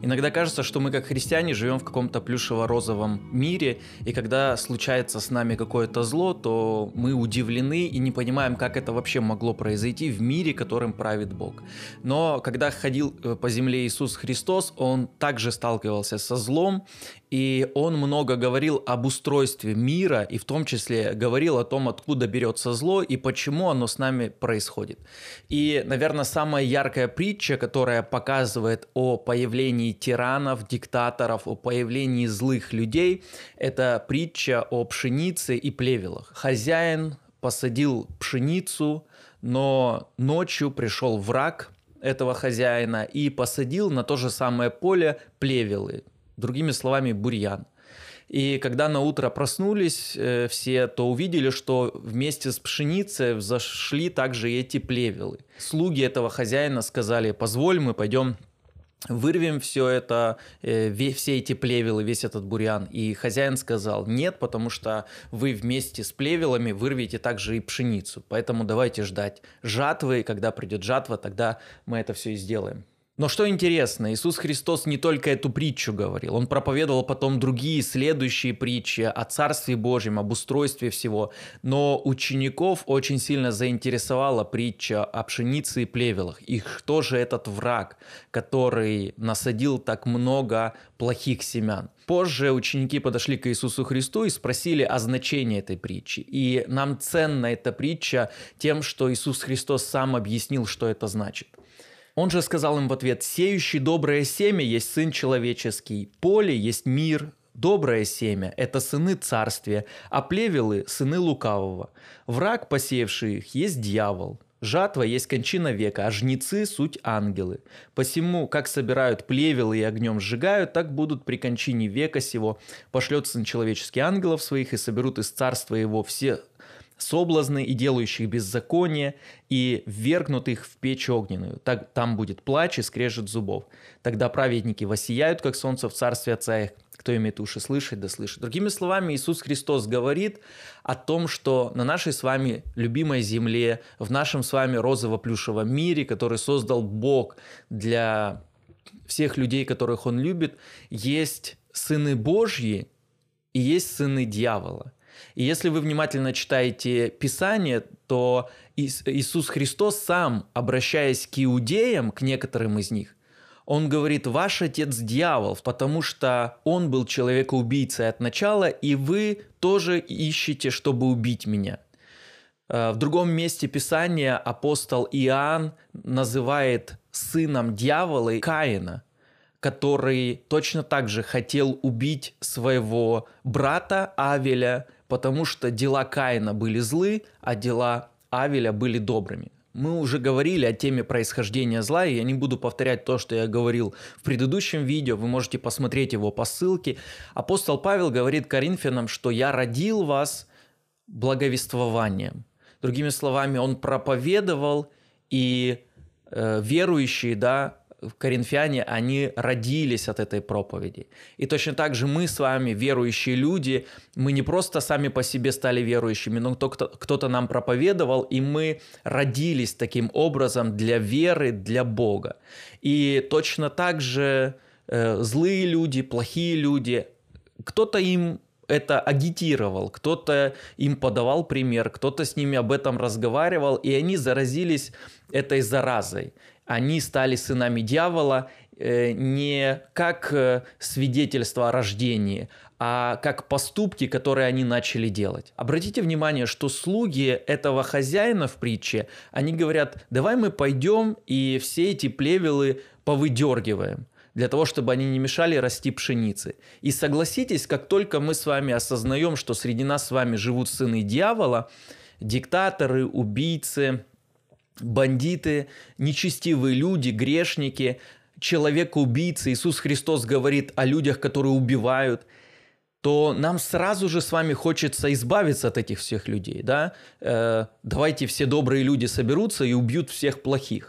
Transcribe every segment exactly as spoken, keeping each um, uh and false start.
Иногда кажется, что мы как христиане живем в каком-то плюшево-розовом мире, и когда случается с нами какое-то зло, то мы удивлены и не понимаем, как это вообще могло произойти в мире, которым правит Бог. Но когда ходил по земле Иисус Христос, Он также сталкивался со злом, и Он много говорил об устройстве мира, и в том числе говорил о том, откуда берется зло и почему оно с нами происходит. И, наверное, самая яркая притча, которая показывает о появлении тиранов, диктаторов, о появлении злых людей, это притча о пшенице и плевелах. Хозяин посадил пшеницу, но ночью пришел враг этого хозяина и посадил на то же самое поле плевелы. Другими словами, бурьян. И когда на утро проснулись э, все, то увидели, что вместе с пшеницей взошли также и эти плевелы. Слуги этого хозяина сказали: позволь, мы пойдем вырвем все это, э, все эти плевелы, весь этот бурьян. И хозяин сказал: нет, потому что вы вместе с плевелами вырвете также и пшеницу. Поэтому давайте ждать жатвы, и когда придет жатва, тогда мы это все и сделаем. Но что интересно, Иисус Христос не только эту притчу говорил, Он проповедовал потом другие следующие притчи о Царстве Божьем, об устройстве всего, но учеников очень сильно заинтересовала притча о пшенице и плевелах. И кто же этот враг, который насадил так много плохих семян? Позже ученики подошли к Иисусу Христу и спросили о значении этой притчи. И нам ценна эта притча тем, что Иисус Христос сам объяснил, что это значит. Он же сказал им в ответ: «Сеющий доброе семя есть Сын Человеческий, поле есть мир, доброе семя – это сыны Царствия, а плевелы – сыны Лукавого. Враг, посеявший их, есть дьявол. Жатва есть кончина века, а жнецы – суть ангелы. Посему, как собирают плевелы и огнем сжигают, так будут при кончине века сего. Пошлет Сын Человеческий ангелов своих, и соберут из царства его все соблазны и делающих беззаконие, и ввергнут их в печь огненную. Так, там будет плач и скрежет зубов. Тогда праведники воссияют, как солнце в царстве Отца их. Кто имеет уши слышать, да слышит». Другими словами, Иисус Христос говорит о том, что на нашей с вами любимой земле, в нашем с вами розово-плюшевом мире, который создал Бог для всех людей, которых Он любит, есть сыны Божьи и есть сыны дьявола. И если вы внимательно читаете Писание, то Иисус Христос сам, обращаясь к иудеям, к некоторым из них, Он говорит: «Ваш отец дьявол, потому что он был человекоубийцей от начала, и вы тоже ищете, чтобы убить меня». В другом месте Писания апостол Иоанн называет сыном дьявола Каина, который точно так же хотел убить своего брата Авеля, потому что дела Каина были злы, а дела Авеля были добрыми. Мы уже говорили о теме происхождения зла, и я не буду повторять то, что я говорил в предыдущем видео, вы можете посмотреть его по ссылке. Апостол Павел говорит Коринфянам, что «я родил вас благовествованием». Другими словами, он проповедовал, и э, верующие, да, коринфяне, они родились от этой проповеди. И точно так же мы с вами, верующие люди, мы не просто сами по себе стали верующими, но кто-то, кто-то нам проповедовал, и мы родились таким образом для веры, для Бога. И точно так же э, злые люди, плохие люди, кто-то им это агитировал, кто-то им подавал пример, кто-то с ними об этом разговаривал, и они заразились этой заразой. Они стали сынами дьявола э, не как э, свидетельство о рождении, а как поступки, которые они начали делать. Обратите внимание, что слуги этого хозяина в притче, они говорят: давай мы пойдем и все эти плевелы повыдергиваем, для того, чтобы они не мешали расти пшенице. И согласитесь, как только мы с вами осознаем, что среди нас с вами живут сыны дьявола, диктаторы, убийцы, бандиты, нечестивые люди, грешники, человека-убийцы, Иисус Христос говорит о людях, которые убивают, то нам сразу же с вами хочется избавиться от этих всех людей. Да? Э, давайте все добрые люди соберутся и убьют всех плохих.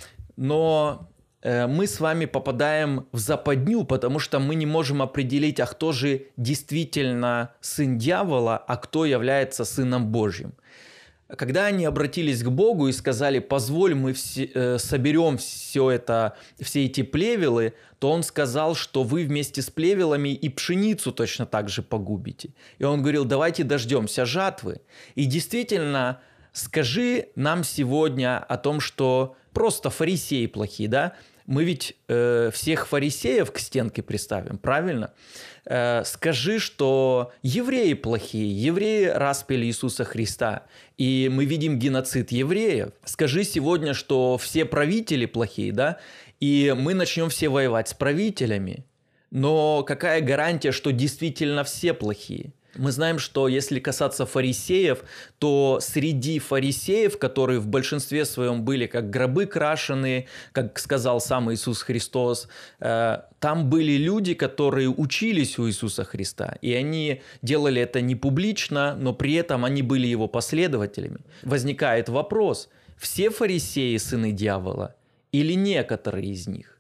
Но э, мы с вами попадаем в западню, потому что мы не можем определить, а кто же действительно сын дьявола, а кто является сыном Божьим. Когда они обратились к Богу и сказали: позволь, мы все, э, соберем все это, все эти плевелы, то он сказал, что вы вместе с плевелами и пшеницу точно так же погубите. И он говорил: давайте дождемся жатвы. И действительно, скажи нам сегодня о том, что просто фарисеи плохие, да? Мы ведь э, всех фарисеев к стенке приставим, правильно? Э, скажи, что евреи плохие, евреи распяли Иисуса Христа, и мы видим геноцид евреев. Скажи сегодня, что все правители плохие, да? И мы начнем все воевать с правителями. Но какая гарантия, что действительно все плохие? Мы знаем, что если касаться фарисеев, то среди фарисеев, которые в большинстве своем были как гробы крашеные, как сказал сам Иисус Христос, там были люди, которые учились у Иисуса Христа, и они делали это не публично, но при этом они были его последователями. Возникает вопрос: все фарисеи сыны дьявола или некоторые из них?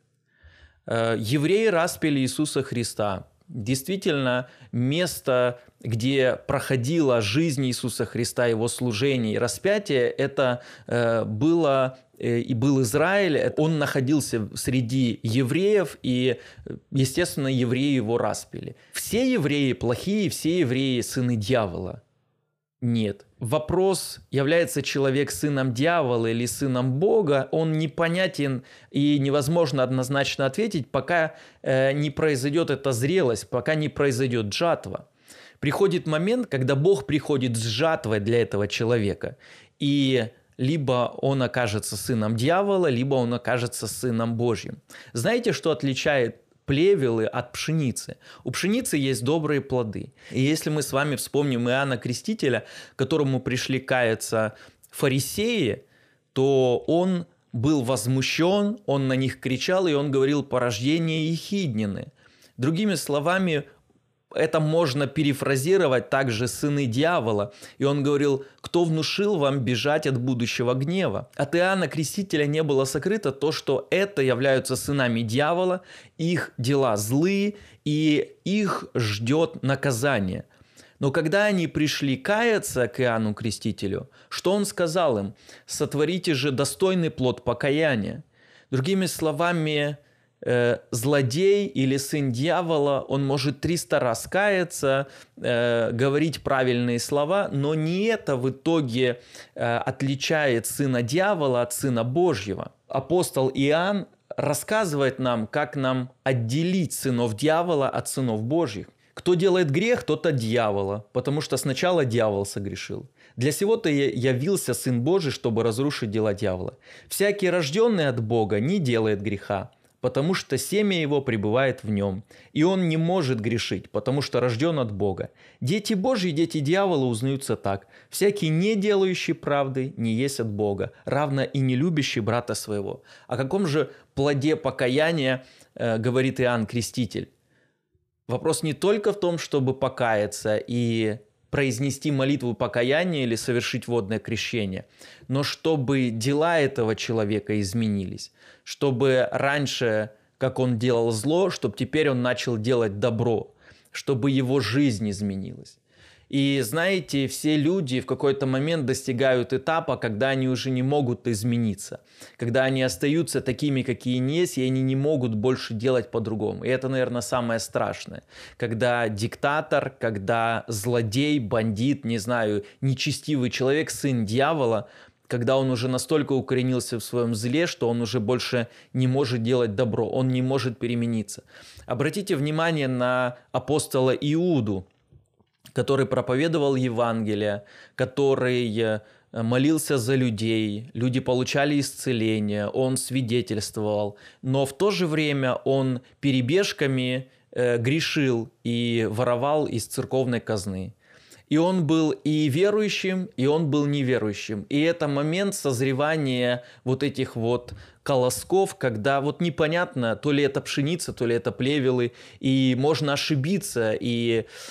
Евреи распяли Иисуса Христа. Действительно, место, где проходила жизнь Иисуса Христа, его служение и распятие, это э, было э, и был Израиль. Он находился среди евреев, и, естественно, евреи его распяли. Все евреи плохие, все евреи сыны дьявола? Нет. Вопрос, является человек сыном дьявола или сыном Бога, он непонятен и невозможно однозначно ответить, пока э, не произойдет эта зрелость, пока не произойдет жатва. Приходит момент, когда Бог приходит с жатвой для этого человека, и либо он окажется сыном дьявола, либо он окажется сыном Божьим. Знаете, что отличает плевелы от пшеницы? У пшеницы есть добрые плоды. И если мы с вами вспомним Иоанна Крестителя, к которому пришли каяться фарисеи, то он был возмущен, он на них кричал, и он говорил: порождение ехиднины. Другими словами, это можно перефразировать также сыны дьявола. И он говорил: кто внушил вам бежать от будущего гнева? От Иоанна Крестителя не было сокрыто то, что это являются сынами дьявола, их дела злые, и их ждет наказание. Но когда они пришли каяться к Иоанну Крестителю, что он сказал им? Сотворите же достойный плод покаяния. Другими словами, злодей или сын дьявола, он может триста раз каяться, э, говорить правильные слова, но не это в итоге э, отличает сына дьявола от сына Божьего. Апостол Иоанн рассказывает нам, как нам отделить сынов дьявола от сынов Божьих. Кто делает грех, тот от дьявола, потому что сначала дьявол согрешил. Для сего-то явился Сын Божий, чтобы разрушить дела дьявола. Всякий, рожденный от Бога, не делает греха, потому что семя его пребывает в нем, и он не может грешить, потому что рожден от Бога. Дети Божьи, дети дьявола узнаются так: всякий, не делающий правды, не есть от Бога, равно и не любящий брата своего. О каком же плоде покаяния э, говорит Иоанн Креститель? Вопрос не только в том, чтобы покаяться и произнести молитву покаяния или совершить водное крещение, но чтобы дела этого человека изменились, чтобы раньше, как он делал зло, чтобы теперь он начал делать добро, чтобы его жизнь изменилась. И знаете, все люди в какой-то момент достигают этапа, когда они уже не могут измениться, когда они остаются такими, какие они есть, и они не могут больше делать по-другому. И это, наверное, самое страшное. Когда диктатор, когда злодей, бандит, не знаю, нечестивый человек, сын дьявола, когда он уже настолько укоренился в своем зле, что он уже больше не может делать добро, он не может перемениться. Обратите внимание на апостола Иуду, который проповедовал Евангелие, который молился за людей, люди получали исцеление, он свидетельствовал, но в то же время он перебежками грешил и воровал из церковной казны. И он был и верующим, и он был неверующим. И это момент созревания вот этих вот колосков, когда вот непонятно, то ли это пшеница, то ли это плевелы, и можно ошибиться, и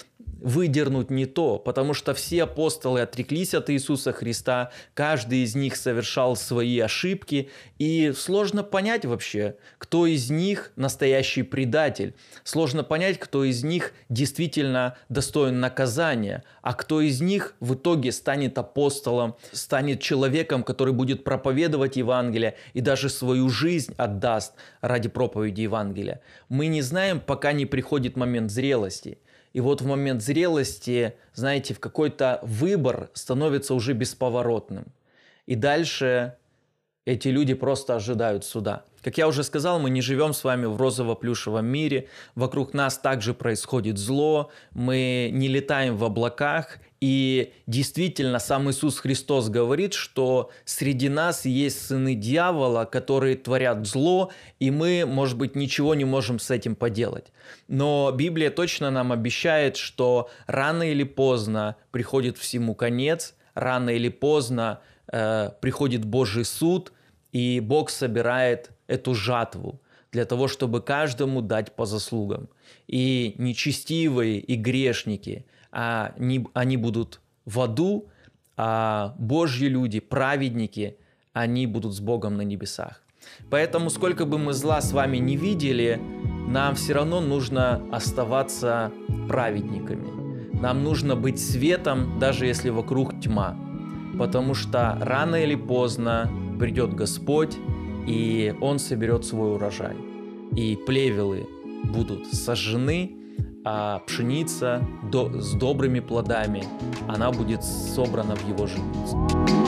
выдернуть не то, потому что все апостолы отреклись от Иисуса Христа, каждый из них совершал свои ошибки, и сложно понять вообще, кто из них настоящий предатель, сложно понять, кто из них действительно достоин наказания, а кто из них в итоге станет апостолом, станет человеком, который будет проповедовать Евангелие и даже свою жизнь отдаст ради проповеди Евангелия. Мы не знаем, пока не приходит момент зрелости. И вот в момент зрелости, знаете, в какой-то выбор становится уже бесповоротным. И дальше эти люди просто ожидают суда. Как я уже сказал, мы не живем с вами в розово-плюшевом мире. Вокруг нас также происходит зло. Мы не летаем в облаках. И действительно, сам Иисус Христос говорит, что среди нас есть сыны дьявола, которые творят зло, и мы, может быть, ничего не можем с этим поделать. Но Библия точно нам обещает, что рано или поздно приходит всему конец, рано или поздно э, приходит Божий суд, и Бог собирает эту жатву для того, чтобы каждому дать по заслугам. И нечестивые, и грешники, они, они будут в аду, а Божьи люди, праведники, они будут с Богом на небесах. Поэтому, сколько бы мы зла с вами не видели, нам все равно нужно оставаться праведниками. Нам нужно быть светом, даже если вокруг тьма. Потому что рано или поздно придет Господь, и Он соберет свой урожай. И плевелы будут сожжены, а пшеница до, с добрыми плодами, она будет собрана в Его житнице.